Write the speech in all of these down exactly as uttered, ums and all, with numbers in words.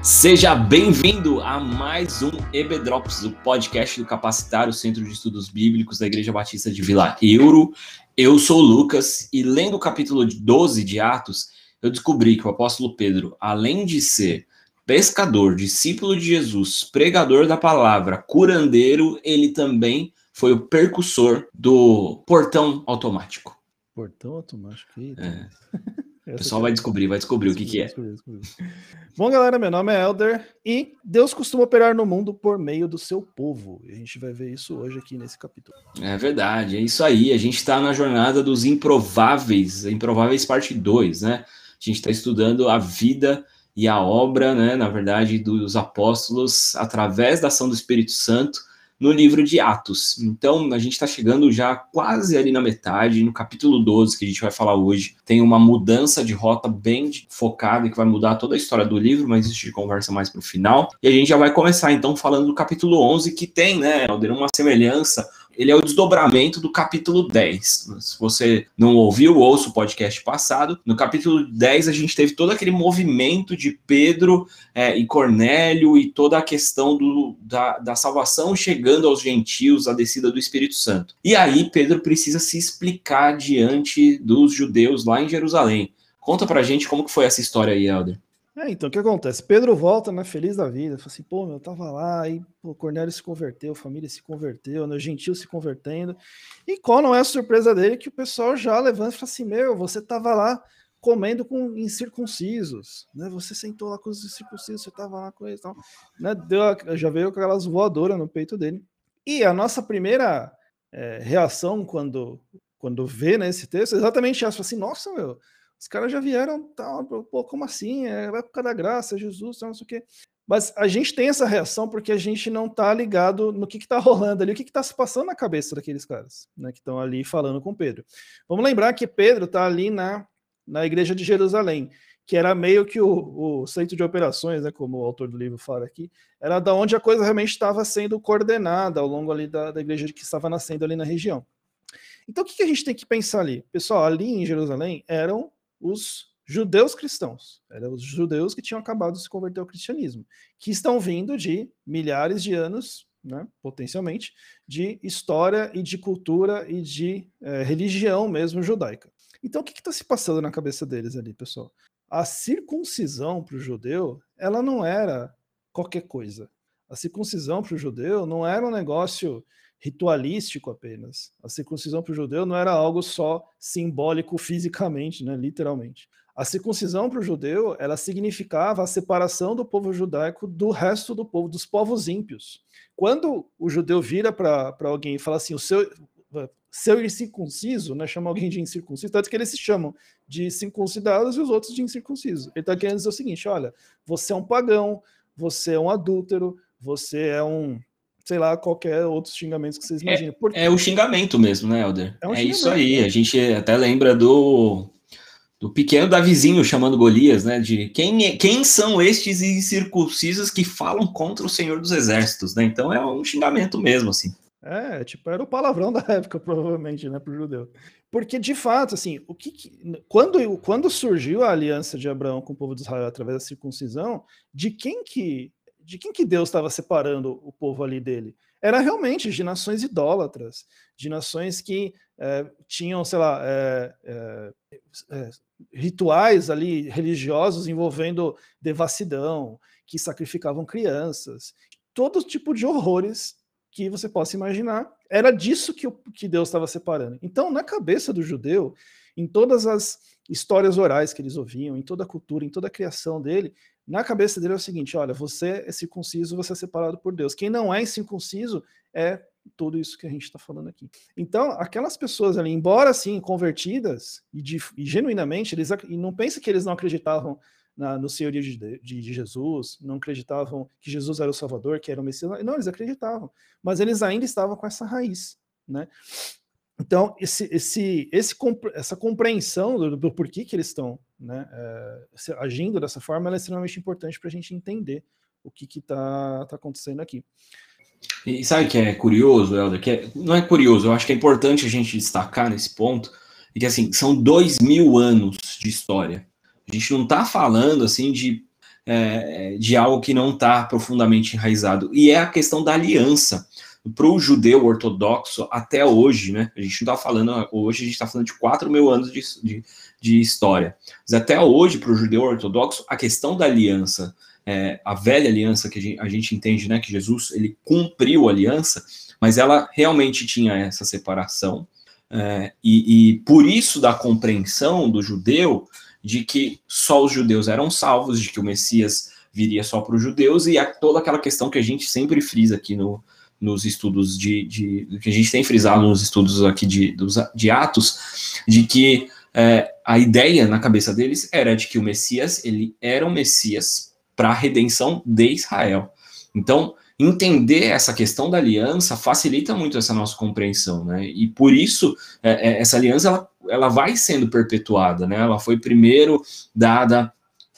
Seja bem-vindo a mais um E B Drops, o podcast do Capacitário, Centro de Estudos Bíblicos da Igreja Batista de Vila Euro. Eu sou o Lucas e lendo o capítulo doze de Atos, eu descobri que o apóstolo Pedro, além de ser pescador, discípulo de Jesus, pregador da palavra, curandeiro, ele também foi o percussor do portão automático. Portão automático? Eita. É. O pessoal vai descobrir, vai descobrir o que, que é. Descobrir, descobrir. Bom, galera, meu nome é Elder e Deus costuma operar no mundo por meio do seu povo. E a gente vai ver isso hoje aqui nesse capítulo. É verdade, é isso aí. A gente está na jornada dos improváveis, Improváveis parte dois, né? A gente está estudando a vida e a obra, né, na verdade, dos apóstolos através da ação do Espírito Santo no livro de Atos. Então, a gente está chegando já quase ali na metade, no capítulo doze, que a gente vai falar hoje. Tem uma mudança de rota bem focada, que vai mudar toda a história do livro, mas isso a gente conversa mais para o final. E a gente já vai começar, então, falando do capítulo onze, que tem, né, Helder, uma semelhança. Ele é o desdobramento do capítulo dez. Se você não ouviu, ouça o podcast passado. No capítulo dez, a gente teve todo aquele movimento de Pedro é, e Cornélio e toda a questão do, da, da salvação chegando aos gentios, a descida do Espírito Santo. E aí, Pedro precisa se explicar diante dos judeus lá em Jerusalém. Conta pra gente como que foi essa história aí, Helder. É, então, o que acontece? Pedro volta, né, feliz da vida, fala assim, pô, meu, eu tava lá, aí o Cornélio se converteu, a família se converteu, né, o gentil se convertendo, e qual não é a surpresa dele que o pessoal já levanta e fala assim, meu, você tava lá comendo com incircuncisos, né, você sentou lá com os incircuncisos, você tava lá com eles e tal, né, deu a, já veio aquelas voadoras no peito dele. E a nossa primeira é, reação quando, quando vê, né, esse texto, é exatamente essa, assim, nossa, meu, os caras já vieram, tá, pô, como assim? É a época da graça, Jesus, não sei o quê. Mas a gente tem essa reação porque a gente não tá ligado no que que tá rolando ali, o que que tá se passando na cabeça daqueles caras, né, que estão ali falando com Pedro. Vamos lembrar que Pedro tá ali na, na igreja de Jerusalém, que era meio que o, o centro de operações, né, como o autor do livro fala aqui, era da onde a coisa realmente estava sendo coordenada ao longo ali da, da igreja que estava nascendo ali na região. Então o que que a gente tem que pensar ali? Pessoal, ali em Jerusalém eram os judeus cristãos, eram os judeus que tinham acabado de se converter ao cristianismo, que estão vindo de milhares de anos, né, potencialmente, de história e de cultura e de é, religião mesmo judaica. Então o que está se passando na cabeça deles ali, pessoal? A circuncisão para o judeu, ela não era qualquer coisa. A circuncisão para o judeu não era um negócio ritualístico apenas. A circuncisão para o judeu não era algo só simbólico fisicamente, né, literalmente. A circuncisão para o judeu, ela significava a separação do povo judaico do resto do povo, dos povos ímpios. Quando o judeu vira para alguém e fala assim, o seu, seu incircunciso, né, chama alguém de incircunciso, tanto que eles se chamam de circuncidados e os outros de incircunciso. Ele está querendo dizer o seguinte, olha, você é um pagão, você é um adúltero, você é um... sei lá, qualquer outros xingamentos que vocês imaginem. Por... É, é o xingamento mesmo, né, Helder? É, um é isso aí, né? A gente até lembra do, do pequeno Davizinho chamando Golias, né, de quem, quem são estes incircuncisos que falam contra o Senhor dos Exércitos, né, então é um xingamento mesmo, assim. É, tipo, era o palavrão da época, provavelmente, né, pro judeu. Porque, de fato, assim, o que, que quando, quando surgiu a aliança de Abraão com o povo de Israel através da circuncisão, de quem que de quem que Deus estava separando o povo ali dele? Era realmente de nações idólatras, de nações que é, tinham, sei lá, é, é, é, rituais ali religiosos envolvendo devassidão, que sacrificavam crianças, todo tipo de horrores que você possa imaginar. Era disso que, o, que Deus estava separando. Então, na cabeça do judeu, em todas as histórias orais que eles ouviam, em toda a cultura, em toda a criação dele, na cabeça dele é o seguinte, olha, você é circunciso, você é separado por Deus. Quem não é circunciso é tudo isso que a gente está falando aqui. Então, aquelas pessoas ali, embora assim, convertidas, e, de, e genuinamente, eles, e não pensa que eles não acreditavam na, no senhorio de, de, de Jesus, não acreditavam que Jesus era o Salvador, que era o Messias, não, eles acreditavam, mas eles ainda estavam com essa raiz, né? Então, esse, esse, esse, essa compreensão do, do porquê que eles estão, né, é, agindo dessa forma, ela é extremamente importante para a gente entender o que está tá acontecendo aqui. E sabe o que é curioso, Helder? Que é, não é curioso, eu acho que é importante a gente destacar nesse ponto, é que assim, são dois mil anos de história. A gente não está falando assim de é, de algo que não está profundamente enraizado. E é a questão da aliança. Para o judeu ortodoxo, até hoje, né? A gente não está falando, hoje a gente está falando de quatro mil anos de, de, de história. Mas até hoje, para o judeu ortodoxo, a questão da aliança, é, a velha aliança que a gente, a gente entende, né? Que Jesus, ele cumpriu a aliança, mas ela realmente tinha essa separação. É, e, e por isso da compreensão do judeu de que só os judeus eram salvos, de que o Messias viria só para os judeus, e a, toda aquela questão que a gente sempre frisa aqui no nos estudos de, de, que a gente tem frisado nos estudos aqui de, de Atos, de que é, a ideia na cabeça deles era de que o Messias, ele era um Messias para a redenção de Israel. Então, entender essa questão da aliança facilita muito essa nossa compreensão, né? E por isso, é, essa aliança, ela, ela vai sendo perpetuada, né? Ela foi primeiro dada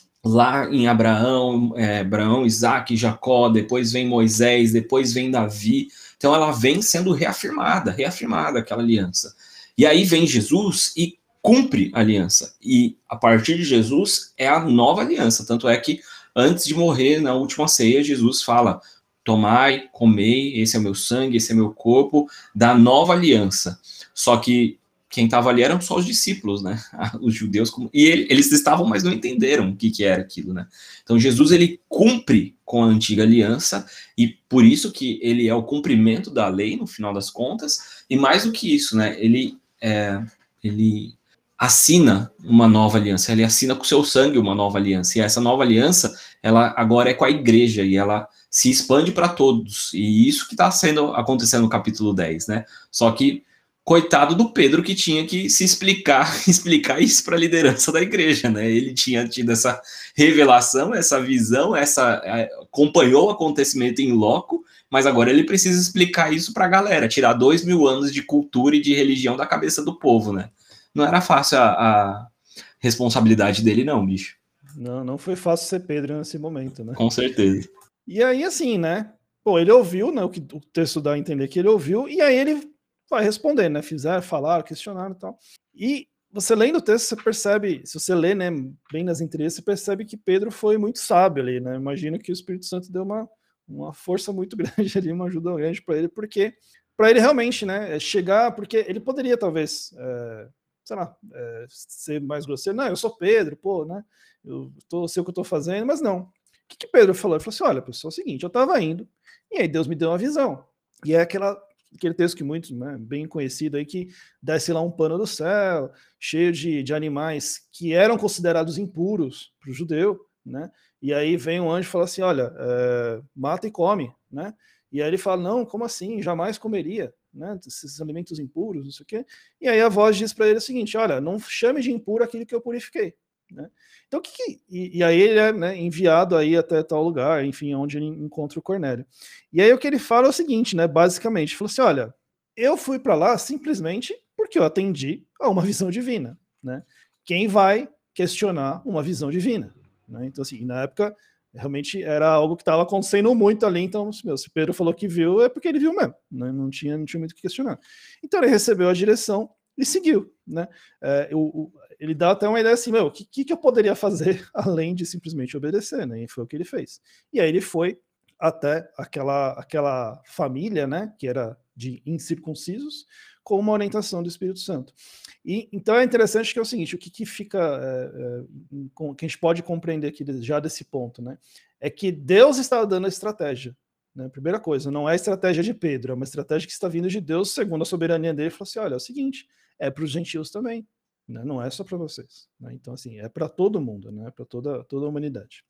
lá em Abraão, é, Abraão, Isaac, Jacó, depois vem Moisés, depois vem Davi. Então ela vem sendo reafirmada, reafirmada aquela aliança. E aí vem Jesus e cumpre a aliança. E a partir de Jesus é a nova aliança. Tanto é que antes de morrer, na última ceia, Jesus fala: tomai, comei, esse é o meu sangue, esse é meu corpo, da nova aliança. Só que quem estava ali eram só os discípulos, né? Os judeus, e ele, eles estavam, mas não entenderam o que, que era aquilo, né? Então Jesus, ele cumpre com a antiga aliança, e por isso que ele é o cumprimento da lei, no final das contas, e mais do que isso, né? Ele, é, ele assina uma nova aliança, ele assina com o seu sangue uma nova aliança, e essa nova aliança, ela agora é com a igreja, e ela se expande para todos, e isso que está sendo, acontecendo no capítulo dez, né? Só que coitado do Pedro, que tinha que se explicar, explicar isso para a liderança da igreja, né? Ele tinha tido essa revelação, essa visão, essa acompanhou o acontecimento em loco, mas agora ele precisa explicar isso para a galera, tirar dois mil anos de cultura e de religião da cabeça do povo, né? Não era fácil a, a responsabilidade dele, não, bicho. Não, não foi fácil ser Pedro nesse momento, né? Com certeza. E aí, assim, né? Pô, ele ouviu, né? O que o texto dá a entender que ele ouviu, e aí ele vai responder, né? Fizeram, falaram, questionaram e tal. E você lendo o texto, você percebe, se você lê, né, bem nas entrelinhas, você percebe que Pedro foi muito sábio ali, né? Imagino que o Espírito Santo deu uma, uma força muito grande ali, uma ajuda grande para ele, porque para ele realmente, né, chegar, porque ele poderia talvez, é, sei lá, é, ser mais grosseiro. Não, eu sou Pedro, pô, né? Eu tô, sei o que eu tô fazendo, mas não. O que, que Pedro falou? Ele falou assim: olha, pessoal, é o seguinte, eu tava indo, e aí Deus me deu uma visão. E é aquela aquele texto que muitos, né, bem conhecido aí, que desce lá um pano do céu, cheio de, de animais que eram considerados impuros para o judeu, né? E aí vem um anjo e fala assim: olha, é, mata e come, né? E aí ele fala: não, como assim? Jamais comeria, né? Esses alimentos impuros, não sei o quê. E aí a voz diz para ele o seguinte: olha, não chame de impuro aquilo que eu purifiquei, né? Então, o que, que e, e aí ele é, né, enviado aí até tal lugar, enfim, onde ele encontra o Cornélio. E aí o que ele fala é o seguinte, né, basicamente, ele falou assim: olha, eu fui para lá simplesmente porque eu atendi a uma visão divina, né? Quem vai questionar uma visão divina, né? Então, assim, na época, realmente era algo que estava acontecendo muito ali, então, meu, se Pedro falou que viu, é porque ele viu mesmo, né? Não tinha, não tinha muito o que questionar. Então ele recebeu a direção e seguiu, né? É, o, o, ele dá até uma ideia assim: meu, o que, que eu poderia fazer além de simplesmente obedecer, né? E foi o que ele fez. E aí ele foi até aquela, aquela família, né, que era de incircuncisos, com uma orientação do Espírito Santo. E então é interessante que é o seguinte: o que, que fica, é, é, com, que a gente pode compreender aqui já desse ponto, né, é que Deus está dando a estratégia. Né? Primeira coisa, não é a estratégia de Pedro, é uma estratégia que está vindo de Deus, segundo a soberania dele. Ele falou assim: olha, é o seguinte, é para os gentios também, né? Não é só para vocês. Né? Então, assim, é para todo mundo, né? Para toda, toda a humanidade.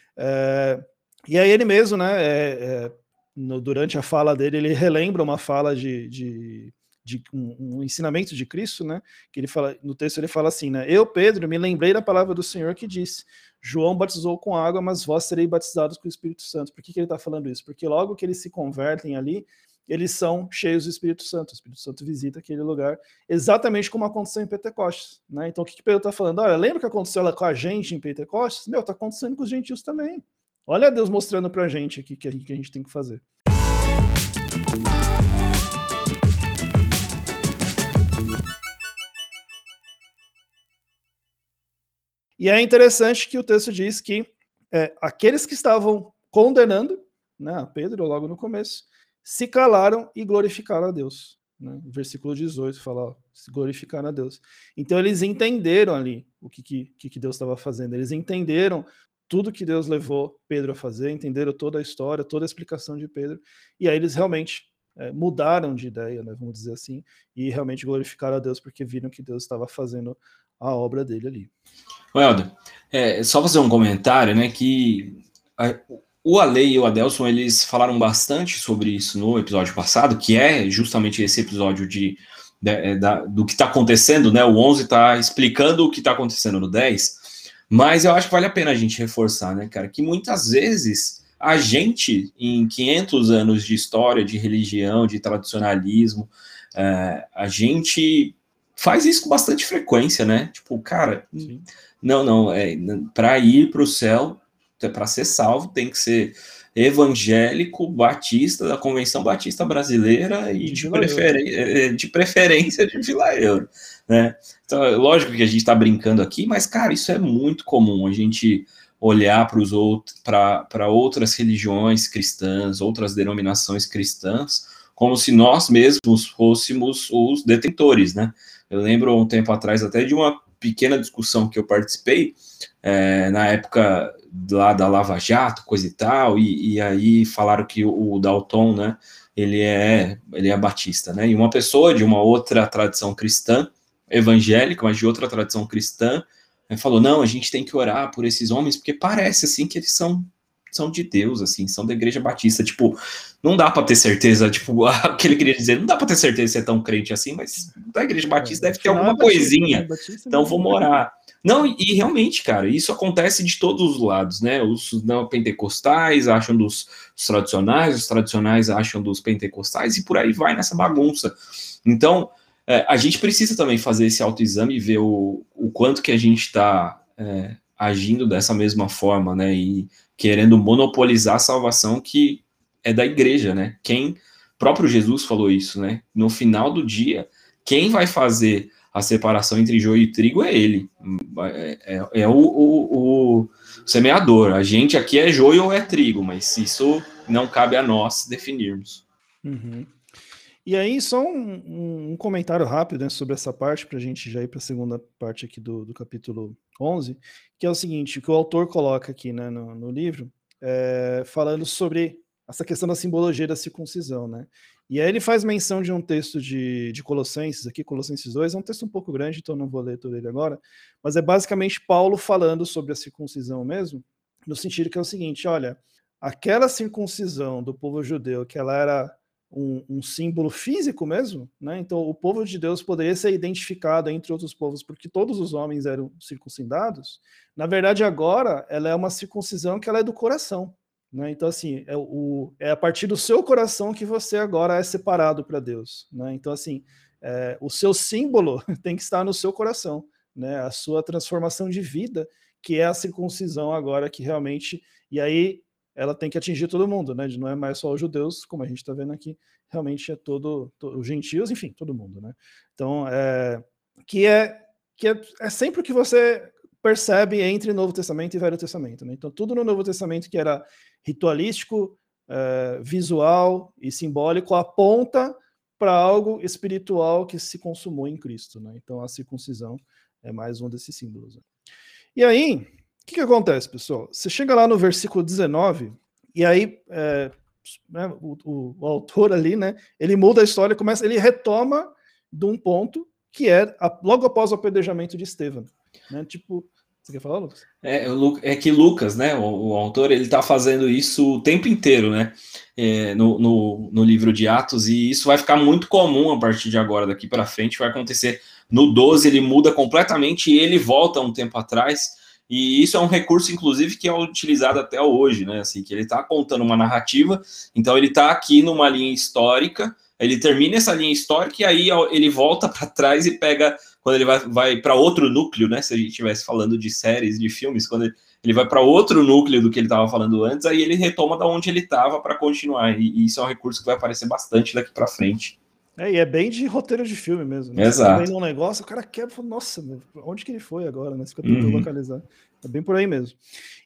É, e aí ele mesmo, né, é, é, no, durante a fala dele, ele relembra uma fala de, de, de um, um ensinamento de Cristo, né, que ele fala, no texto ele fala assim, né: eu, Pedro, me lembrei da palavra do Senhor que disse: João batizou com água, mas vós sereis batizados com o Espírito Santo. Por que, que ele está falando isso? Porque logo que eles se convertem ali, eles são cheios do Espírito Santo. O Espírito Santo visita aquele lugar, exatamente como aconteceu em Pentecostes. Né? Então o que, que Pedro está falando? Olha, lembra o que aconteceu lá com a gente em Pentecostes? Meu, está acontecendo com os gentios também. Olha Deus mostrando para a gente aqui que a gente, que a gente tem que fazer. E é interessante que o texto diz que é, aqueles que estavam condenando, né, a Pedro logo no começo, se calaram e glorificaram a Deus. Né? O versículo dezoito fala, ó, se glorificaram a Deus. Então eles entenderam ali o que, que, que Deus estava fazendo, eles entenderam tudo que Deus levou Pedro a fazer, entenderam toda a história, toda a explicação de Pedro, e aí eles realmente é, mudaram de ideia, né, vamos dizer assim, e realmente glorificaram a Deus porque viram que Deus estava fazendo a obra dele ali. Helder, é, só fazer um comentário, né, que a, o Ale e o Adelson, eles falaram bastante sobre isso no episódio passado, que é justamente esse episódio de, de da, do que está acontecendo, né, o onze está explicando o que está acontecendo no dez, mas eu acho que vale a pena a gente reforçar, né, cara, que muitas vezes a gente, em quinhentos anos de história, de religião, de tradicionalismo, é, a gente faz isso com bastante frequência, né? Tipo, cara, Sim. não, não, é, para ir para o céu, para ser salvo, tem que ser evangélico, batista, da Convenção Batista Brasileira e de, de, preferen de preferência de Vila Euro, né? Então, é lógico que a gente está brincando aqui, mas, cara, isso é muito comum, a gente olhar para os outros, para outras religiões cristãs, outras denominações cristãs, como se nós mesmos fôssemos os detentores, né? Eu lembro um tempo atrás até de uma pequena discussão que eu participei, é, na época lá da Lava Jato, coisa e tal, e, e aí falaram que o, o Dalton, né, ele é, ele é batista, né? E uma pessoa de uma outra tradição cristã, evangélica, mas de outra tradição cristã, falou, não, a gente tem que orar por esses homens, porque parece, assim, que eles são, são de Deus, assim, são da Igreja Batista, tipo, não dá para ter certeza, tipo, o que ele queria dizer, não dá para ter certeza se é tão crente assim, mas da Igreja Batista é, deve ter alguma é Batista, coisinha, Batista, então vamos orar. Não, e, e realmente, cara, isso acontece de todos os lados, né, os não pentecostais acham dos, dos tradicionais, os tradicionais acham dos pentecostais, e por aí vai nessa bagunça. Então, É, a gente precisa também fazer esse autoexame e ver o, o quanto que a gente está é, agindo dessa mesma forma, né, e querendo monopolizar a salvação que é da igreja, né, quem, próprio Jesus falou isso, né, no final do dia, quem vai fazer a separação entre joio e trigo é ele, é, é, é o, o, o semeador, a gente aqui é joio ou é trigo, mas isso não cabe a nós definirmos. Uhum. E aí, só um, um comentário rápido, né, sobre essa parte, para a gente já ir para a segunda parte aqui do, do capítulo onze, que é o seguinte, o que o autor coloca aqui, né, no, no livro, é, falando sobre essa questão da simbologia da circuncisão, né? E aí ele faz menção de um texto de, de Colossenses, aqui, Colossenses dois, é um texto um pouco grande, então não vou ler todo ele agora, mas é basicamente Paulo falando sobre a circuncisão mesmo, no sentido que é o seguinte, olha, aquela circuncisão do povo judeu, que ela era Um, um símbolo físico mesmo, né? Então o povo de Deus poderia ser identificado entre outros povos porque todos os homens eram circuncidados. Na verdade, agora ela é uma circuncisão que ela é do coração, né? Então assim, é, o, é a partir do seu coração que você agora é separado para Deus, né? Então assim, é, o seu símbolo tem que estar no seu coração, né? A sua transformação de vida, que é a circuncisão agora que realmente, e aí ela tem que atingir todo mundo, né? Não é mais só os judeus, como a gente está vendo aqui, realmente é todo, todo os gentios, enfim, todo mundo, né? Então, é, que é que é, é sempre o que você percebe entre Novo Testamento e Velho Testamento, né? Então, tudo no Novo Testamento que era ritualístico, é, visual e simbólico aponta para algo espiritual que se consumou em Cristo, né? Então, a circuncisão é mais um desses símbolos. Né? E aí, o que, que acontece, pessoal? Você chega lá no versículo dezenove, e aí é, né, o, o, o autor ali, né, ele muda a história, começa, ele retoma de um ponto que é a, logo após o apedrejamento de Estevão. Né, tipo, você quer falar, Lucas? É, é que Lucas, né, o, o autor, ele está fazendo isso o tempo inteiro, né, é, no, no, no livro de Atos, e isso vai ficar muito comum a partir de agora, daqui para frente, vai acontecer no doze, ele muda completamente e ele volta um tempo atrás. E isso é um recurso, inclusive, que é utilizado até hoje, né? Assim, que ele está contando uma narrativa, então ele está aqui numa linha histórica, ele termina essa linha histórica e aí ele volta para trás e pega, quando ele vai, vai para outro núcleo, né? Se a gente estivesse falando de séries, de filmes, quando ele, ele vai para outro núcleo do que ele estava falando antes, aí ele retoma da onde ele estava para continuar. E, e isso é um recurso que vai aparecer bastante daqui para frente. É, e é bem de roteiro de filme mesmo. Né? Exato. Você tá vendo um negócio, o cara quebra e fala, nossa, onde que ele foi agora? Né? Você fica tentando uhum. localizar. É bem por aí mesmo.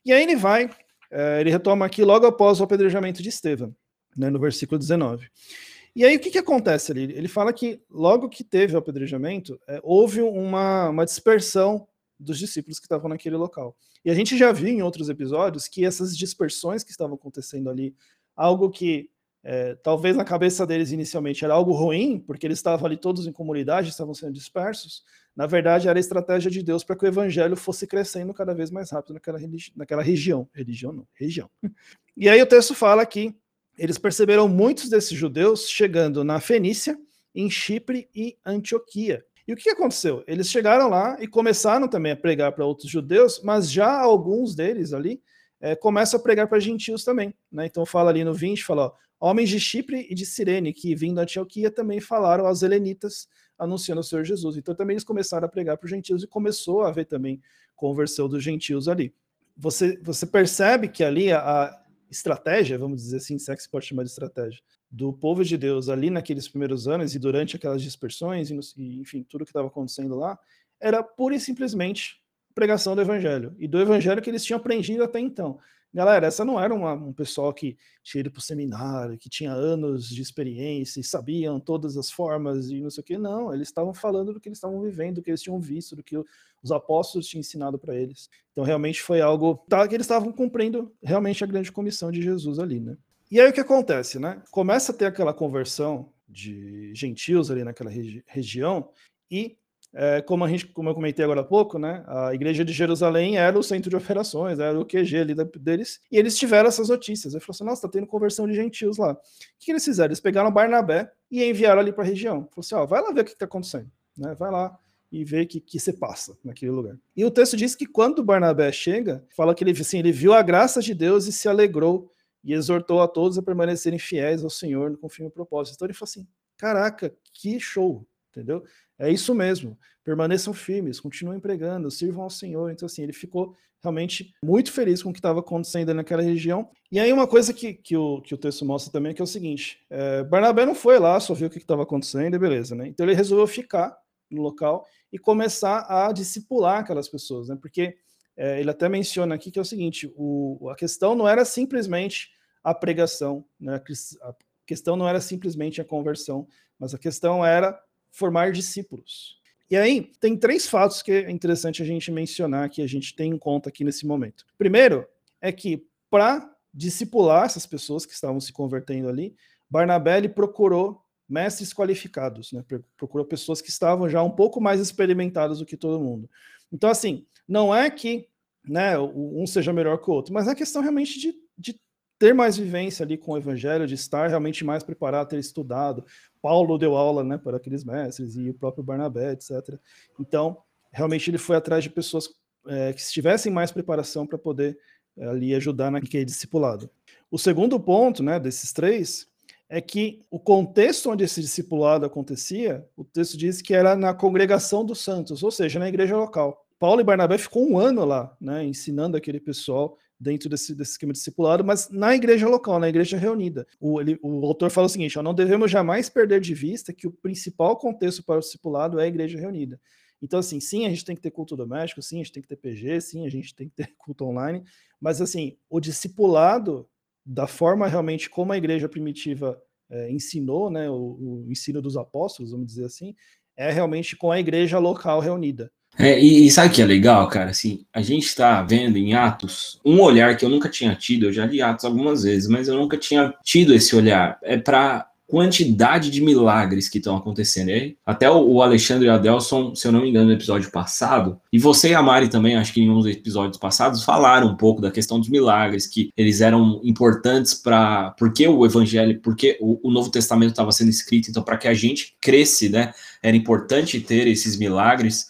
E aí ele vai, é, ele retoma aqui logo após o apedrejamento de Estevão, né, no versículo dezenove. E aí o que, que acontece ali? Ele fala que logo que teve o apedrejamento, é, houve uma, uma dispersão dos discípulos que estavam naquele local. E a gente já viu em outros episódios que essas dispersões que estavam acontecendo ali, algo que é, talvez na cabeça deles inicialmente era algo ruim, porque eles estavam ali todos em comunidade, estavam sendo dispersos, na verdade era a estratégia de Deus para que o evangelho fosse crescendo cada vez mais rápido naquela, religi- naquela região. Religião não, região. E aí o texto fala que eles perceberam muitos desses judeus chegando na Fenícia, em Chipre e Antioquia. E o que aconteceu? Eles chegaram lá e começaram também a pregar para outros judeus, mas já alguns deles ali é, começam a pregar para gentios também. Né? Então fala ali no vinte, fala, ó, homens de Chipre e de Cirene, que vindo a Antioquia também falaram aos helenitas, anunciando o Senhor Jesus. Então também eles começaram a pregar para os gentios e começou a haver também conversão dos gentios ali. Você, você percebe que ali a, a estratégia, vamos dizer assim, se é que se pode chamar de estratégia, do povo de Deus ali naqueles primeiros anos e durante aquelas dispersões, e, e enfim, tudo que estava acontecendo lá, era pura e simplesmente pregação do evangelho, e do evangelho que eles tinham aprendido até então. Galera, essa não era uma, um pessoal que tinha ido para o seminário, que tinha anos de experiência e sabiam todas as formas e não sei o que, não, eles estavam falando do que eles estavam vivendo, do que eles tinham visto, do que os apóstolos tinham ensinado para eles. Então realmente foi algo tá, que eles estavam cumprindo realmente a grande comissão de Jesus ali, né? E aí o que acontece, né? Começa a ter aquela conversão de gentios ali naquela regi- região e É, como, a gente, como eu comentei agora há pouco, né, a igreja de Jerusalém era o centro de operações, era o Q G ali da, deles, e eles tiveram essas notícias. Ele falou assim, nossa, tá tendo conversão de gentios lá. O que, que eles fizeram? Eles pegaram Barnabé e enviaram ali para a região. Falou assim, ó, vai lá ver o que está acontecendo, né? Vai lá e ver o que, que se passa naquele lugar. E o texto diz que quando Barnabé chega, fala que ele, assim, ele viu a graça de Deus e se alegrou e exortou a todos a permanecerem fiéis ao Senhor no confirme propósito. Então ele falou assim, caraca, que show, entendeu? É isso mesmo, permaneçam firmes, continuem pregando, sirvam ao Senhor. Então, assim, ele ficou realmente muito feliz com o que estava acontecendo naquela região. E aí, uma coisa que, que, o, que o texto mostra também é que é o seguinte: é, Barnabé não foi lá, só viu o que estava acontecendo e beleza, né? Então, ele resolveu ficar no local e começar a discipular aquelas pessoas, né? Porque é, ele até menciona aqui que é o seguinte: o, a questão não era simplesmente a pregação, né? A questão não era simplesmente a conversão, mas a questão era formar discípulos. E aí, tem três fatos que é interessante a gente mencionar, que a gente tem em conta aqui nesse momento. Primeiro, é que para discipular essas pessoas que estavam se convertendo ali, Barnabé ele procurou mestres qualificados, né? Procurou pessoas que estavam já um pouco mais experimentadas do que todo mundo. Então, assim, não é que, né, um seja melhor que o outro, mas é questão realmente de, de ter mais vivência ali com o evangelho, de estar realmente mais preparado, ter estudado. Paulo deu aula, né, para aqueles mestres, e o próprio Barnabé, etcétera. Então, realmente ele foi atrás de pessoas é, que tivessem mais preparação para poder é, ali ajudar naquele discipulado. O segundo ponto, né, desses três, é que o contexto onde esse discipulado acontecia, o texto diz que era na congregação dos santos, ou seja, na igreja local. Paulo e Barnabé ficou um ano lá, né, ensinando aquele pessoal dentro desse, desse esquema discipulado, mas na igreja local, na igreja reunida. O, ele, o autor fala o seguinte, ó, não devemos jamais perder de vista que o principal contexto para o discipulado é a igreja reunida. Então, assim, sim, a gente tem que ter culto doméstico, sim, a gente tem que ter P G, sim, a gente tem que ter culto online, mas, assim, o discipulado, da forma realmente como a igreja primitiva é, ensinou, né, o, o ensino dos apóstolos, vamos dizer assim, é realmente com a igreja local reunida. É, e, e sabe o que é legal, cara? Assim, a gente está vendo em Atos um olhar que eu nunca tinha tido. Eu já li Atos algumas vezes, mas eu nunca tinha tido esse olhar. É para quantidade de milagres que estão acontecendo. E até o, o Alexandre e a Adelson, se eu não me engano, no episódio passado, e você e a Mari também, acho que em uns episódios passados, falaram um pouco da questão dos milagres, que eles eram importantes para... Porque o Evangelho, porque o, o Novo Testamento estava sendo escrito, então para que a gente cresce, né? Era importante ter esses milagres.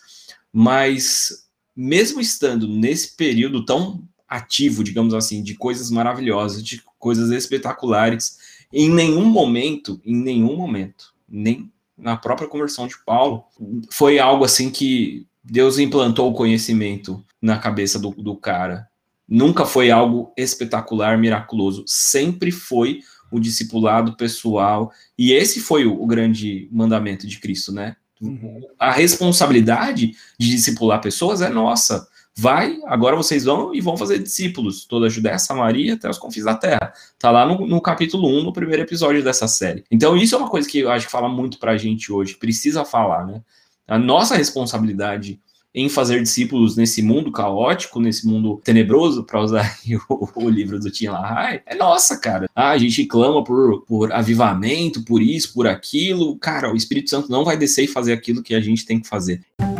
Mas mesmo estando nesse período tão ativo, digamos assim, de coisas maravilhosas, de coisas espetaculares, em nenhum momento, em nenhum momento, nem na própria conversão de Paulo, foi algo assim que Deus implantou o conhecimento na cabeça do, do cara. Nunca foi algo espetacular, miraculoso. Sempre foi o discipulado pessoal. E esse foi o, o grande mandamento de Cristo, né? Uhum. A responsabilidade de discipular pessoas é nossa. vai, agora vocês vão e vão fazer discípulos, toda a Judéia, Samaria, até os confins da terra. Tá lá no, no capítulo um, no primeiro episódio dessa série. Então isso é uma coisa que eu acho que fala muito pra gente hoje, precisa falar, né? A nossa responsabilidade em fazer discípulos nesse mundo caótico, nesse mundo tenebroso, para usar o, o livro do Tim LaHaye, é nossa, cara. Ah, a gente clama por, por avivamento, por isso, por aquilo. Cara, o Espírito Santo não vai descer e fazer aquilo que a gente tem que fazer.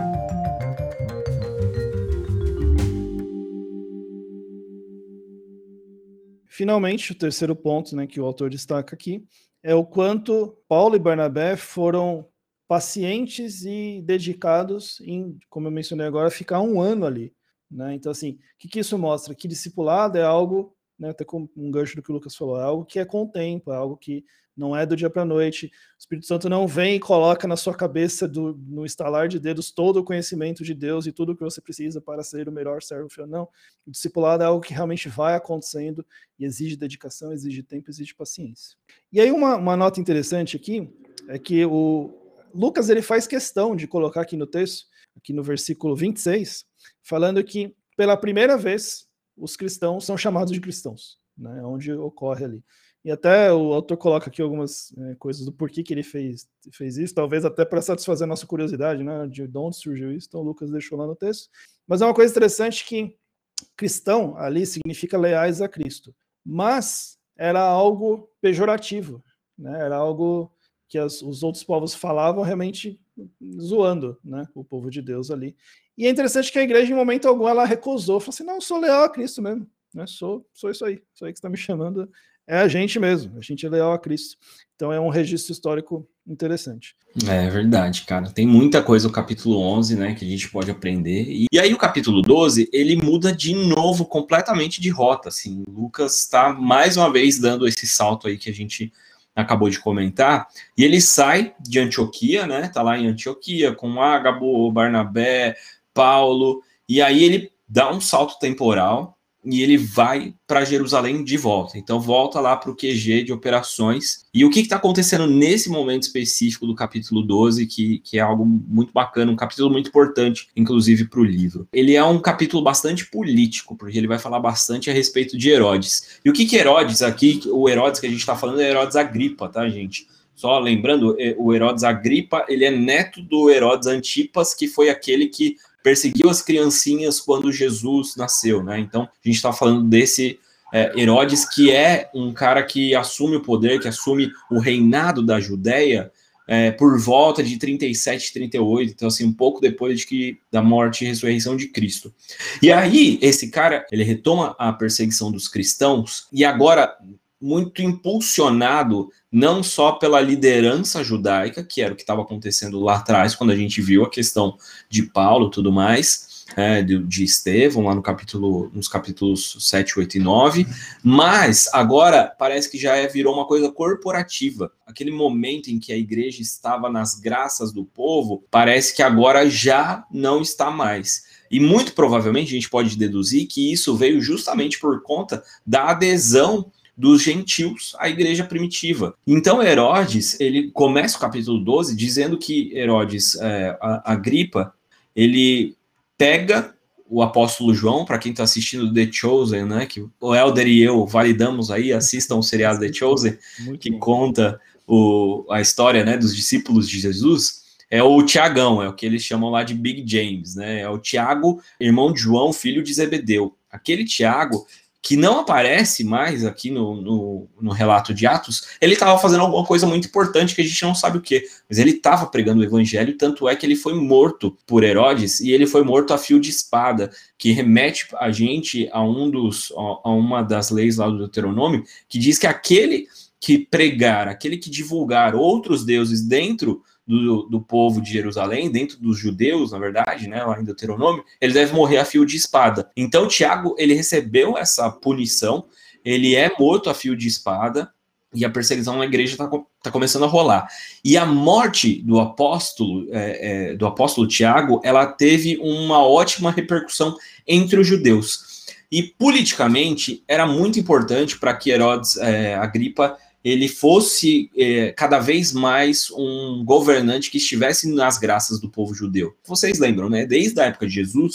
Finalmente, o terceiro ponto, né, que o autor destaca aqui é o quanto Paulo e Barnabé foram pacientes e dedicados em, como eu mencionei agora, ficar um ano ali, né? Então, assim, o que, que isso mostra? Que discipulado é algo, né, até com um gancho do que o Lucas falou, é algo que é com o tempo, é algo que não é do dia para a noite. O Espírito Santo não vem e coloca na sua cabeça, do, no estalar de dedos, todo o conhecimento de Deus e tudo o que você precisa para ser o melhor servo fiel. Não. O discipulado é algo que realmente vai acontecendo e exige dedicação, exige tempo, exige paciência. E aí uma, uma nota interessante aqui é que o Lucas ele faz questão de colocar aqui no texto, aqui no versículo vinte e seis, falando que pela primeira vez os cristãos são chamados de cristãos, né, onde ocorre ali. E até o autor coloca aqui algumas é, coisas do porquê que ele fez, fez isso, talvez até para satisfazer a nossa curiosidade, né, de onde surgiu isso, então o Lucas deixou lá no texto. Mas é uma coisa interessante que cristão ali significa leais a Cristo, mas era algo pejorativo, né, era algo que as, os outros povos falavam realmente zoando, né, o povo de Deus ali. E é interessante que a igreja, em momento algum, ela recusou, falou assim, não, eu sou leal a Cristo mesmo, né, sou, sou isso aí, isso aí que você está me chamando, é a gente mesmo, a gente é leal a Cristo. Então é um registro histórico interessante. É verdade, cara. Tem muita coisa no capítulo onze, né, que a gente pode aprender. E, e aí o capítulo doze, ele muda de novo completamente de rota, assim. Lucas está mais uma vez dando esse salto aí que a gente acabou de comentar, e ele sai de Antioquia, né, tá lá em Antioquia, com Ágabo, Barnabé, Paulo, e aí ele dá um salto temporal, e ele vai para Jerusalém de volta. Então volta lá para o Q G de operações. E o que está acontecendo nesse momento específico do capítulo doze, que, que é algo muito bacana, um capítulo muito importante, inclusive para o livro. Ele é um capítulo bastante político, porque ele vai falar bastante a respeito de Herodes. E o que que Herodes aqui, o Herodes que a gente está falando é Herodes Agripa, tá, gente? Só lembrando, o Herodes Agripa, ele é neto do Herodes Antipas, que foi aquele que perseguiu as criancinhas quando Jesus nasceu, né? Então, a gente está falando desse é, Herodes, que é um cara que assume o poder, que assume o reinado da Judéia é, por volta de trinta e sete, trinta e oito, então, assim, um pouco depois de que, da morte e ressurreição de Cristo. E aí, esse cara, ele retoma a perseguição dos cristãos, e agora, muito impulsionado não só pela liderança judaica, que era o que estava acontecendo lá atrás, quando a gente viu a questão de Paulo e tudo mais, é, de, de Estevão, lá no capítulo, nos capítulos sete, oito e nove, mas agora parece que já é, virou uma coisa corporativa. Aquele momento em que a igreja estava nas graças do povo, parece que agora já não está mais. E muito provavelmente a gente pode deduzir que isso veio justamente por conta da adesão dos gentios à igreja primitiva. Então Herodes, ele começa o capítulo doze dizendo que Herodes é, Agripa, ele pega o apóstolo João, para quem está assistindo The Chosen, né, que o Helder e eu validamos aí, assistam o seriado The Chosen, muito que bom. Conta o, a história, né, dos discípulos de Jesus, é o Tiagão, é o que eles chamam lá de Big James, né, é o Tiago, irmão de João, filho de Zebedeu. Aquele Tiago, que não aparece mais aqui no, no, no relato de Atos, ele estava fazendo alguma coisa muito importante que a gente não sabe o que, mas ele estava pregando o evangelho, tanto é que ele foi morto por Herodes, e ele foi morto a fio de espada, que remete a gente a, um dos, a uma das leis lá do Deuteronômio, que diz que aquele que pregar, aquele que divulgar outros deuses dentro Do, do povo de Jerusalém, dentro dos judeus, na verdade, né, lá em Deuteronômio, ele deve morrer a fio de espada. Então, Tiago, ele recebeu essa punição, ele é morto a fio de espada, e a perseguição na igreja está tá começando a rolar. E a morte do apóstolo, é, é, do apóstolo Tiago, ela teve uma ótima repercussão entre os judeus. E, politicamente, era muito importante para que Herodes é, Agripa ele fosse é, cada vez mais um governante que estivesse nas graças do povo judeu. Vocês lembram, né? Desde a época de Jesus,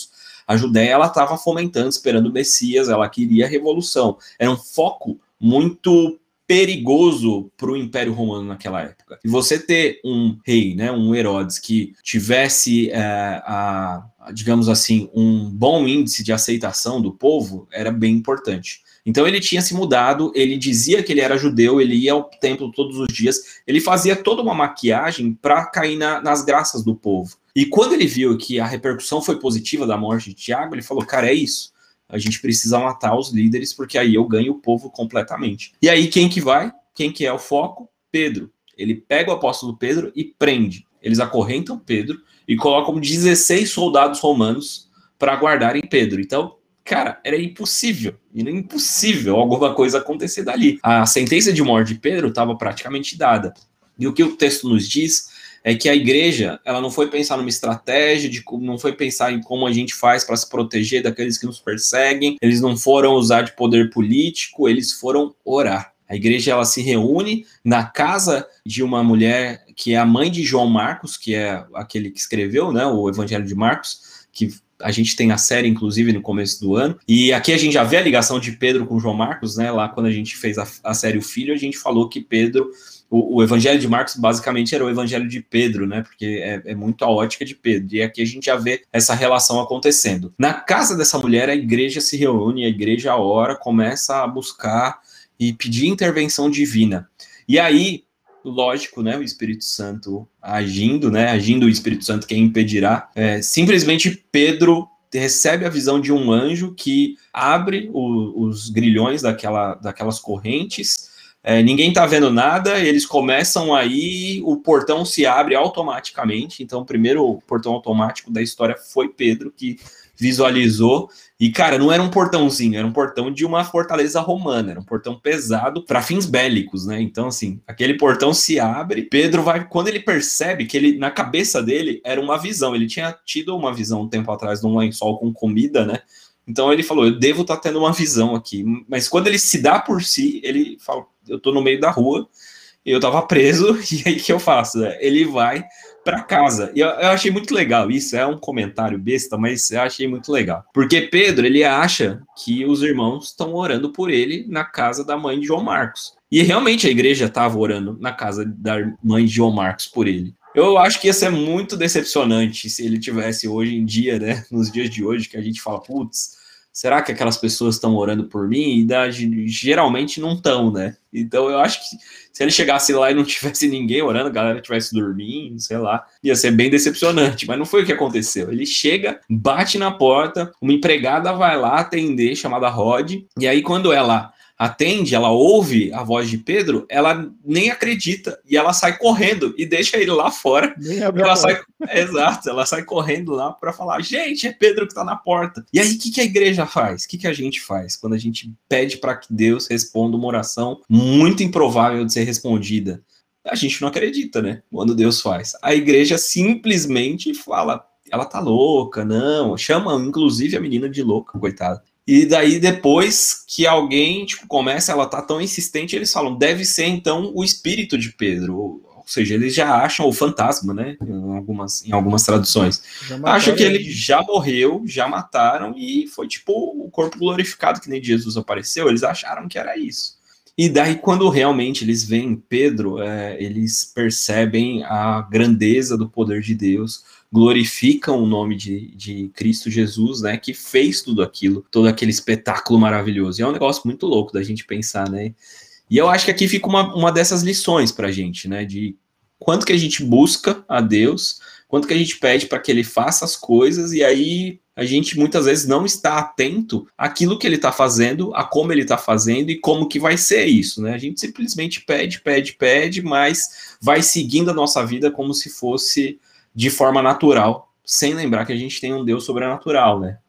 A Judéia, ela estava fomentando, esperando o Messias, ela queria a revolução. Era um foco muito perigoso para o Império Romano naquela época. E você ter um rei, né, um Herodes, que tivesse, é, a, a, digamos assim, um bom índice de aceitação do povo, era bem importante. Então ele tinha se mudado, ele dizia que ele era judeu, ele ia ao templo todos os dias, ele fazia toda uma maquiagem para cair na, nas graças do povo. E quando ele viu que a repercussão foi positiva da morte de Tiago, ele falou, cara, é isso. A gente precisa matar os líderes, porque aí eu ganho o povo completamente. E aí quem que vai? Quem que é o foco? Pedro. Ele pega o apóstolo Pedro e prende. Eles acorrentam Pedro e colocam dezesseis soldados romanos para guardarem Pedro. Então, cara, era impossível, era impossível alguma coisa acontecer dali. A sentença de morte de Pedro estava praticamente dada. E o que o texto nos diz é que a igreja, ela não foi pensar numa estratégia, de, não foi pensar em como a gente faz para se proteger daqueles que nos perseguem, eles não foram usar de poder político, eles foram orar. A igreja, ela se reúne na casa de uma mulher que é a mãe de João Marcos, que é aquele que escreveu, né, o Evangelho de Marcos, que a gente tem a série, inclusive, no começo do ano. E aqui a gente já vê a ligação de Pedro com João Marcos, né? Lá quando a gente fez a, a série O Filho, a gente falou que Pedro, o, o Evangelho de Marcos, basicamente, era o Evangelho de Pedro, né? Porque é, é muito a ótica de Pedro. E aqui a gente já vê essa relação acontecendo. Na casa dessa mulher, a igreja se reúne, a igreja ora, começa a buscar e pedir intervenção divina. E aí, lógico, né, o Espírito Santo agindo, né, agindo o Espírito Santo, quem impedirá, é, simplesmente Pedro recebe a visão de um anjo que abre o, os grilhões daquela, daquelas correntes, é, ninguém tá vendo nada, eles começam aí, o portão se abre automaticamente, então o primeiro portão automático da história foi Pedro, que visualizou, e cara, não era um portãozinho, era um portão de uma fortaleza romana, era um portão pesado para fins bélicos, né? Então assim, aquele portão se abre, Pedro vai, quando ele percebe que ele, na cabeça dele, era uma visão, ele tinha tido uma visão um tempo atrás de um lençol com comida, né? Então ele falou, eu devo estar tendo uma visão aqui, mas quando ele se dá por si, ele fala, eu tô no meio da rua, eu tava preso, e aí o que eu faço? Ele vai para casa. E eu, eu achei muito legal isso, é um comentário besta, mas eu achei muito legal. Porque Pedro, ele acha que os irmãos estão orando por ele na casa da mãe de João Marcos. E realmente a igreja estava orando na casa da mãe de João Marcos por ele. Eu acho que ia ser muito decepcionante se ele tivesse hoje em dia, né, nos dias de hoje, que a gente fala, putz, será que aquelas pessoas estão orando por mim? E geralmente não estão, né? Então eu acho que se ele chegasse lá e não tivesse ninguém orando, a galera estivesse dormindo, sei lá, ia ser bem decepcionante. Mas não foi o que aconteceu. Ele chega, bate na porta, uma empregada vai lá atender, chamada Rod, e aí quando ela atende, ela ouve a voz de Pedro, ela nem acredita, e ela sai correndo e deixa ele lá fora. Ela sai, exato, ela sai correndo lá para falar, gente, é Pedro que está na porta. E aí, o que, que a igreja faz? O que, que a gente faz quando a gente pede para que Deus responda uma oração muito improvável de ser respondida? A gente não acredita, né? Quando Deus faz. A igreja simplesmente fala, ela tá louca, não, chama inclusive a menina de louca, coitada. E daí, depois que alguém tipo, começa, ela tá tão insistente, eles falam, deve ser, então, o espírito de Pedro. Ou, ou seja, eles já acham o fantasma, né? Em algumas, em algumas traduções. Acham que ele já morreu, já mataram, e foi, tipo, o corpo glorificado, que nem Jesus apareceu. Eles acharam que era isso. E daí, quando realmente eles veem Pedro, é, eles percebem a grandeza do poder de Deus, glorificam o nome de, de Cristo Jesus, né, que fez tudo aquilo, todo aquele espetáculo maravilhoso. E é um negócio muito louco da gente pensar, né? E eu acho que aqui fica uma, uma dessas lições pra gente, né, de quanto que a gente busca a Deus, quanto que a gente pede para que Ele faça as coisas, e aí a gente muitas vezes não está atento àquilo que Ele está fazendo, a como Ele está fazendo e como que vai ser isso, né? A gente simplesmente pede, pede, pede, mas vai seguindo a nossa vida como se fosse de forma natural, sem lembrar que a gente tem um Deus sobrenatural, né?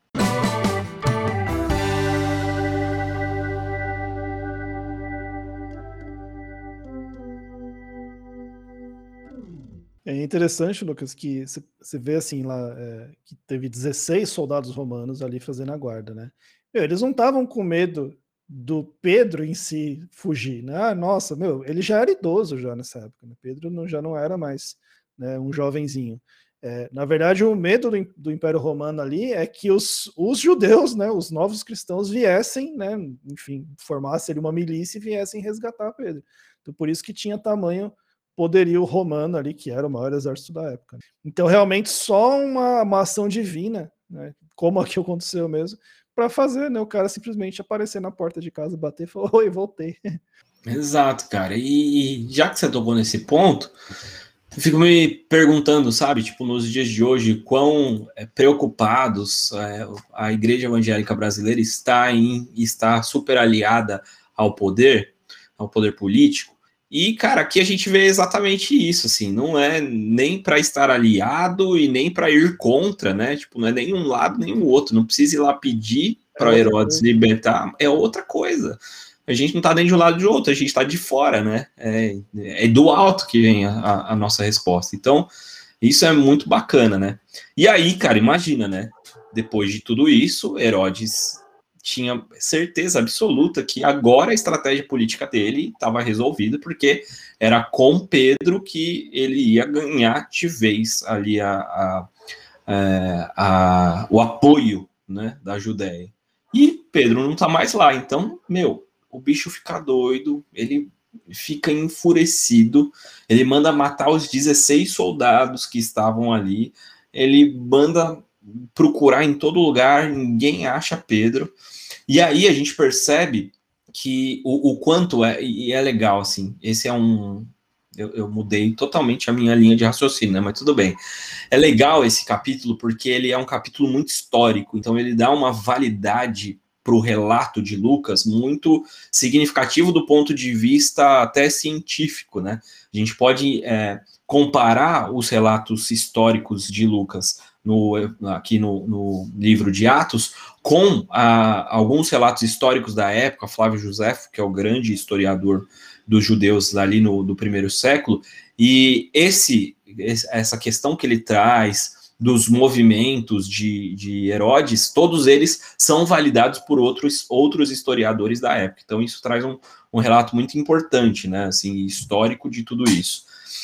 É interessante, Lucas, que você vê assim lá, é, que teve dezesseis soldados romanos ali fazendo a guarda, né? Meu, eles não estavam com medo do Pedro em si fugir, né? Ah, nossa, meu, ele já era idoso já nessa época, né? Pedro não, já não era mais, né, um jovenzinho. É, na verdade, o medo do, do Império Romano ali é que os, os judeus, né, os novos cristãos viessem, né, enfim, formassem ali uma milícia e viessem resgatar Pedro. Então, por isso que tinha tamanho poderio romano ali, que era o maior exército da época. Então, realmente, só uma, uma ação divina, né, como aqui aconteceu mesmo, para fazer, né, o cara simplesmente aparecer na porta de casa, bater e falar, oi, voltei. Exato, cara. E, e já que você tocou nesse ponto, eu fico me perguntando, sabe, tipo, nos dias de hoje, quão é, preocupados é, a igreja evangélica brasileira está em está super aliada ao poder, ao poder político. E, cara, aqui a gente vê exatamente isso, assim, não é nem para estar aliado e nem para ir contra, né? Tipo, não é nem um lado nem o outro. Não precisa ir lá pedir para É Herodes libertar, é outra coisa. A gente não está nem de um lado de outro, a gente está de fora, né? É, é do alto que vem a, a nossa resposta. Então, isso é muito bacana, né? E aí, cara, imagina, né? Depois de tudo isso, Herodes tinha certeza absoluta que agora a estratégia política dele estava resolvida, porque era com Pedro que ele ia ganhar de vez ali a, a, a, a, o apoio, né, da Judéia. E Pedro não está mais lá, então, meu, o bicho fica doido, ele fica enfurecido, ele manda matar os dezesseis soldados que estavam ali, ele manda procurar em todo lugar, ninguém acha Pedro. E aí a gente percebe que o, o quanto é, e é legal, assim, esse é um... Eu, eu mudei totalmente a minha linha de raciocínio, né, mas tudo bem. É legal esse capítulo porque ele é um capítulo muito histórico, então ele dá uma validade para o relato de Lucas muito significativo do ponto de vista até científico, né? A gente pode é, comparar os relatos históricos de Lucas no, aqui no, no livro de Atos com a, alguns relatos históricos da época, Flávio Josefo, que é o grande historiador dos judeus ali no do primeiro século, e esse, essa questão que ele traz dos movimentos de, de Herodes, todos eles são validados por outros, outros historiadores da época. Então isso traz um, um relato muito importante, né, assim, histórico de tudo isso.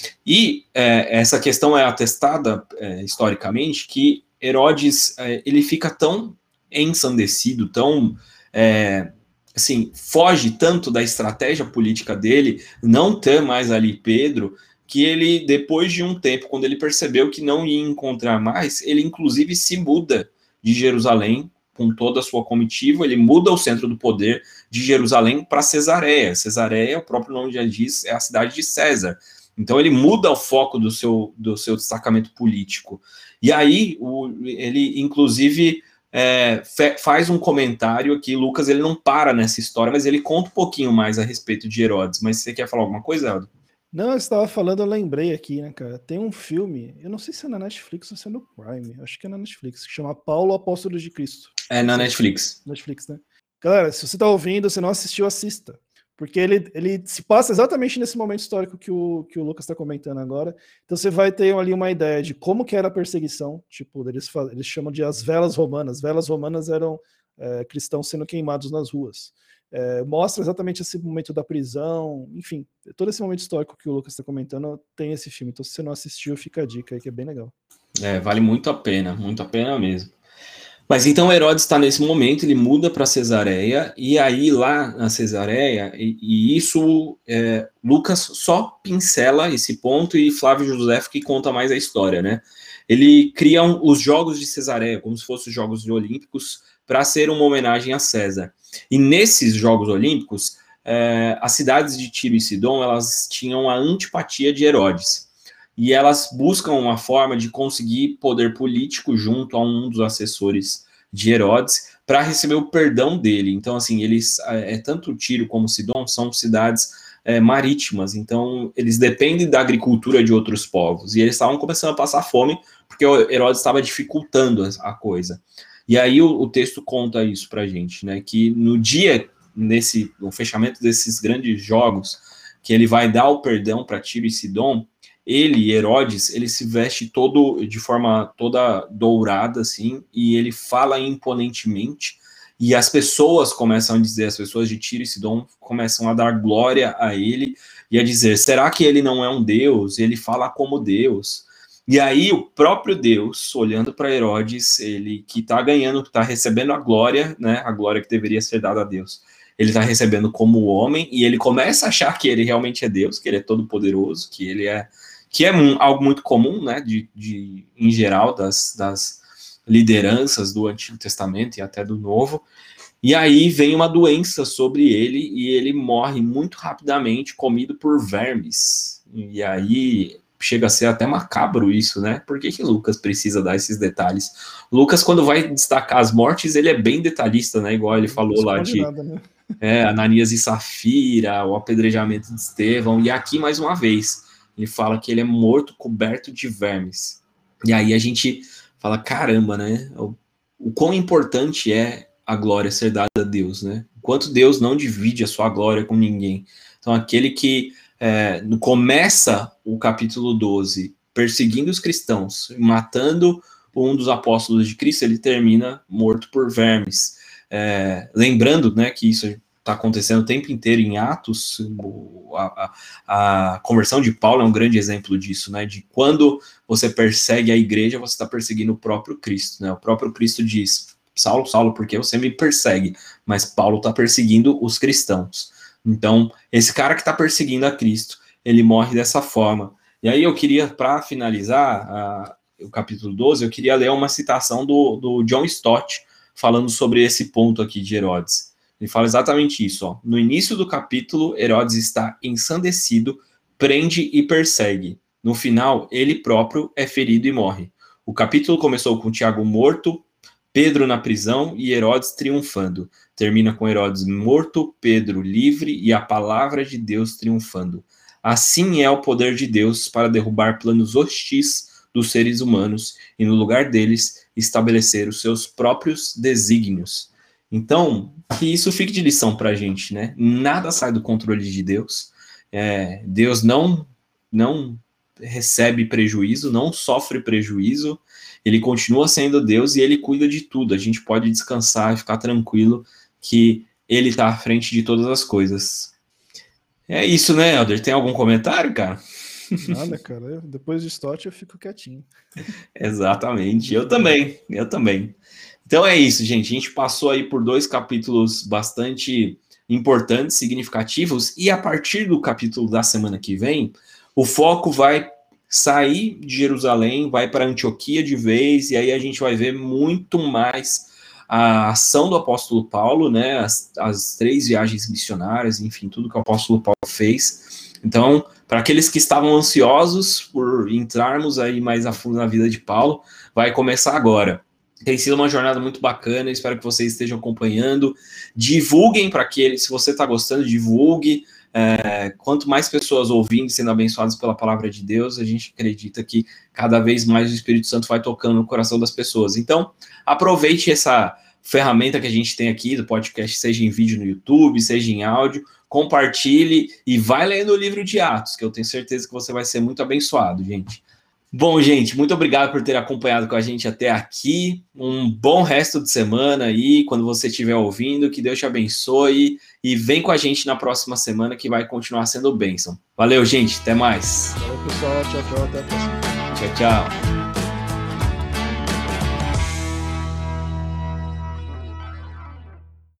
E é, essa questão é atestada é, historicamente que Herodes é, ele fica tão ensandecido, tão é, assim, foge tanto da estratégia política dele, não ter mais ali Pedro, que ele, depois de um tempo, quando ele percebeu que não ia encontrar mais, ele inclusive se muda de Jerusalém com toda a sua comitiva, ele muda o centro do poder de Jerusalém para Cesareia. Cesareia, o próprio nome já diz, é a cidade de César. Então ele muda o foco do seu, do seu destacamento político. E aí o, ele, inclusive, é, faz um comentário aqui, Lucas, ele não para nessa história, mas ele conta um pouquinho mais a respeito de Herodes. Mas você quer falar alguma coisa, Aldo? Não, eu estava falando, eu lembrei aqui, né, cara? Tem um filme, eu não sei se é na Netflix ou se é no Prime, acho que é na Netflix, que chama Paulo, Apóstolo de Cristo. É na Netflix. Netflix, né? Galera, se você tá ouvindo, você não assistiu, assista. Porque ele, ele se passa exatamente nesse momento histórico que o, que o Lucas está comentando agora. Então você vai ter ali uma ideia de como que era a perseguição. Tipo, eles, eles chamam de as velas romanas. Velas romanas eram é, cristãos sendo queimados nas ruas. É, mostra exatamente esse momento da prisão. Enfim, todo esse momento histórico que o Lucas está comentando tem esse filme. Então se você não assistiu, fica a dica aí, que é bem legal. É, vale muito a pena, muito a pena mesmo. Mas então Herodes está nesse momento, ele muda para Cesareia, e aí lá na Cesareia, e, e isso, é, Lucas só pincela esse ponto, e Flávio Josefo que conta mais a história, né? Ele cria um, os Jogos de Cesareia, como se fossem os Jogos Olímpicos, para ser uma homenagem a César. E nesses Jogos Olímpicos, é, as cidades de Tiro e Sidom, elas tinham a antipatia de Herodes. E elas buscam uma forma de conseguir poder político junto a um dos assessores de Herodes para receber o perdão dele. Então, assim, eles, é, tanto Tiro como Sidom são cidades é, marítimas, então eles dependem da agricultura de outros povos. E eles estavam começando a passar fome porque o Herodes estava dificultando a coisa. E aí o, o texto conta isso para a gente, né? Que no dia, nesse, no fechamento desses grandes jogos, que ele vai dar o perdão para Tiro e Sidom, ele, Herodes, ele se veste todo de forma toda dourada, assim, e ele fala imponentemente, e as pessoas começam a dizer, as pessoas de Tiro e Sidom começam a dar glória a ele, e a dizer, será que ele não é um Deus? Ele fala como Deus. E aí o próprio Deus, olhando para Herodes, ele que está ganhando, que está recebendo a glória, né, a glória que deveria ser dada a Deus, ele está recebendo como homem, e ele começa a achar que ele realmente é Deus, que ele é todo poderoso, que ele é, que é um, algo muito comum, né, de, de, em geral, das, das lideranças do Antigo Testamento e até do Novo. E aí vem uma doença sobre ele, e ele morre muito rapidamente, comido por vermes. E aí chega a ser até macabro isso, né? Por que que Lucas precisa dar esses detalhes? Lucas, quando vai destacar as mortes, ele é bem detalhista, né? Igual ele falou lá de nada, né? é, Ananias e Safira, o apedrejamento de Estevão, e aqui, mais uma vez, ele fala que ele é morto coberto de vermes. E aí a gente fala, caramba, né? O, o quão importante é a glória ser dada a Deus, né? Enquanto Deus não divide a sua glória com ninguém. Então, aquele que É, começa o capítulo doze perseguindo os cristãos, matando um dos apóstolos de Cristo, ele termina morto por vermes. É, lembrando, né, que isso está acontecendo o tempo inteiro em Atos, a, a, a conversão de Paulo é um grande exemplo disso, né, de quando você persegue a igreja, você está perseguindo o próprio Cristo, né, o próprio Cristo diz, Saulo, Saulo, por que você me persegue? Mas Paulo está perseguindo os cristãos. Então, esse cara que está perseguindo a Cristo, ele morre dessa forma. E aí eu queria, para finalizar uh, o capítulo doze, eu queria ler uma citação do, do John Stott, falando sobre esse ponto aqui de Herodes. Ele fala exatamente isso. Ó. No início do capítulo, Herodes está ensandecido, prende e persegue. No final, ele próprio é ferido e morre. O capítulo começou com Tiago morto, Pedro na prisão e Herodes triunfando. Termina com Herodes morto, Pedro livre e a palavra de Deus triunfando. Assim é o poder de Deus para derrubar planos hostis dos seres humanos e, no lugar deles, estabelecer os seus próprios desígnios. Então, que isso fique de lição para a gente, né? Nada sai do controle de Deus. É, Deus não, não recebe prejuízo, não sofre prejuízo. Ele continua sendo Deus e ele cuida de tudo. A gente pode descansar e ficar tranquilo que ele está à frente de todas as coisas. É isso, né, Helder? Tem algum comentário, cara? Nada, cara. Eu, depois de Stott eu fico quietinho. Exatamente. Eu também. Eu também. Então é isso, gente. A gente passou aí por dois capítulos bastante importantes, significativos, e a partir do capítulo da semana que vem, o foco vai sair de Jerusalém, vai para Antioquia de vez, e aí a gente vai ver muito mais a ação do apóstolo Paulo, né, as, as três viagens missionárias, enfim, tudo que o apóstolo Paulo fez. Então, para aqueles que estavam ansiosos por entrarmos aí mais a fundo na vida de Paulo, vai começar agora. Tem sido uma jornada muito bacana, espero que vocês estejam acompanhando. Divulguem para aqueles, se você está gostando, divulgue. É, quanto mais pessoas ouvindo, sendo abençoadas pela palavra de Deus, a gente acredita que cada vez mais o Espírito Santo vai tocando no coração das pessoas. Então, aproveite essa ferramenta que a gente tem aqui do podcast, seja em vídeo no YouTube, seja em áudio, compartilhe e vai lendo o livro de Atos, que eu tenho certeza que você vai ser muito abençoado, gente. Bom, gente, muito obrigado por ter acompanhado com a gente até aqui. Um bom resto de semana aí, quando você estiver ouvindo, que Deus te abençoe e vem com a gente na próxima semana que vai continuar sendo bênção. Valeu, gente, até mais. Valeu, pessoal, tchau, tchau, até a próxima. Tchau, tchau.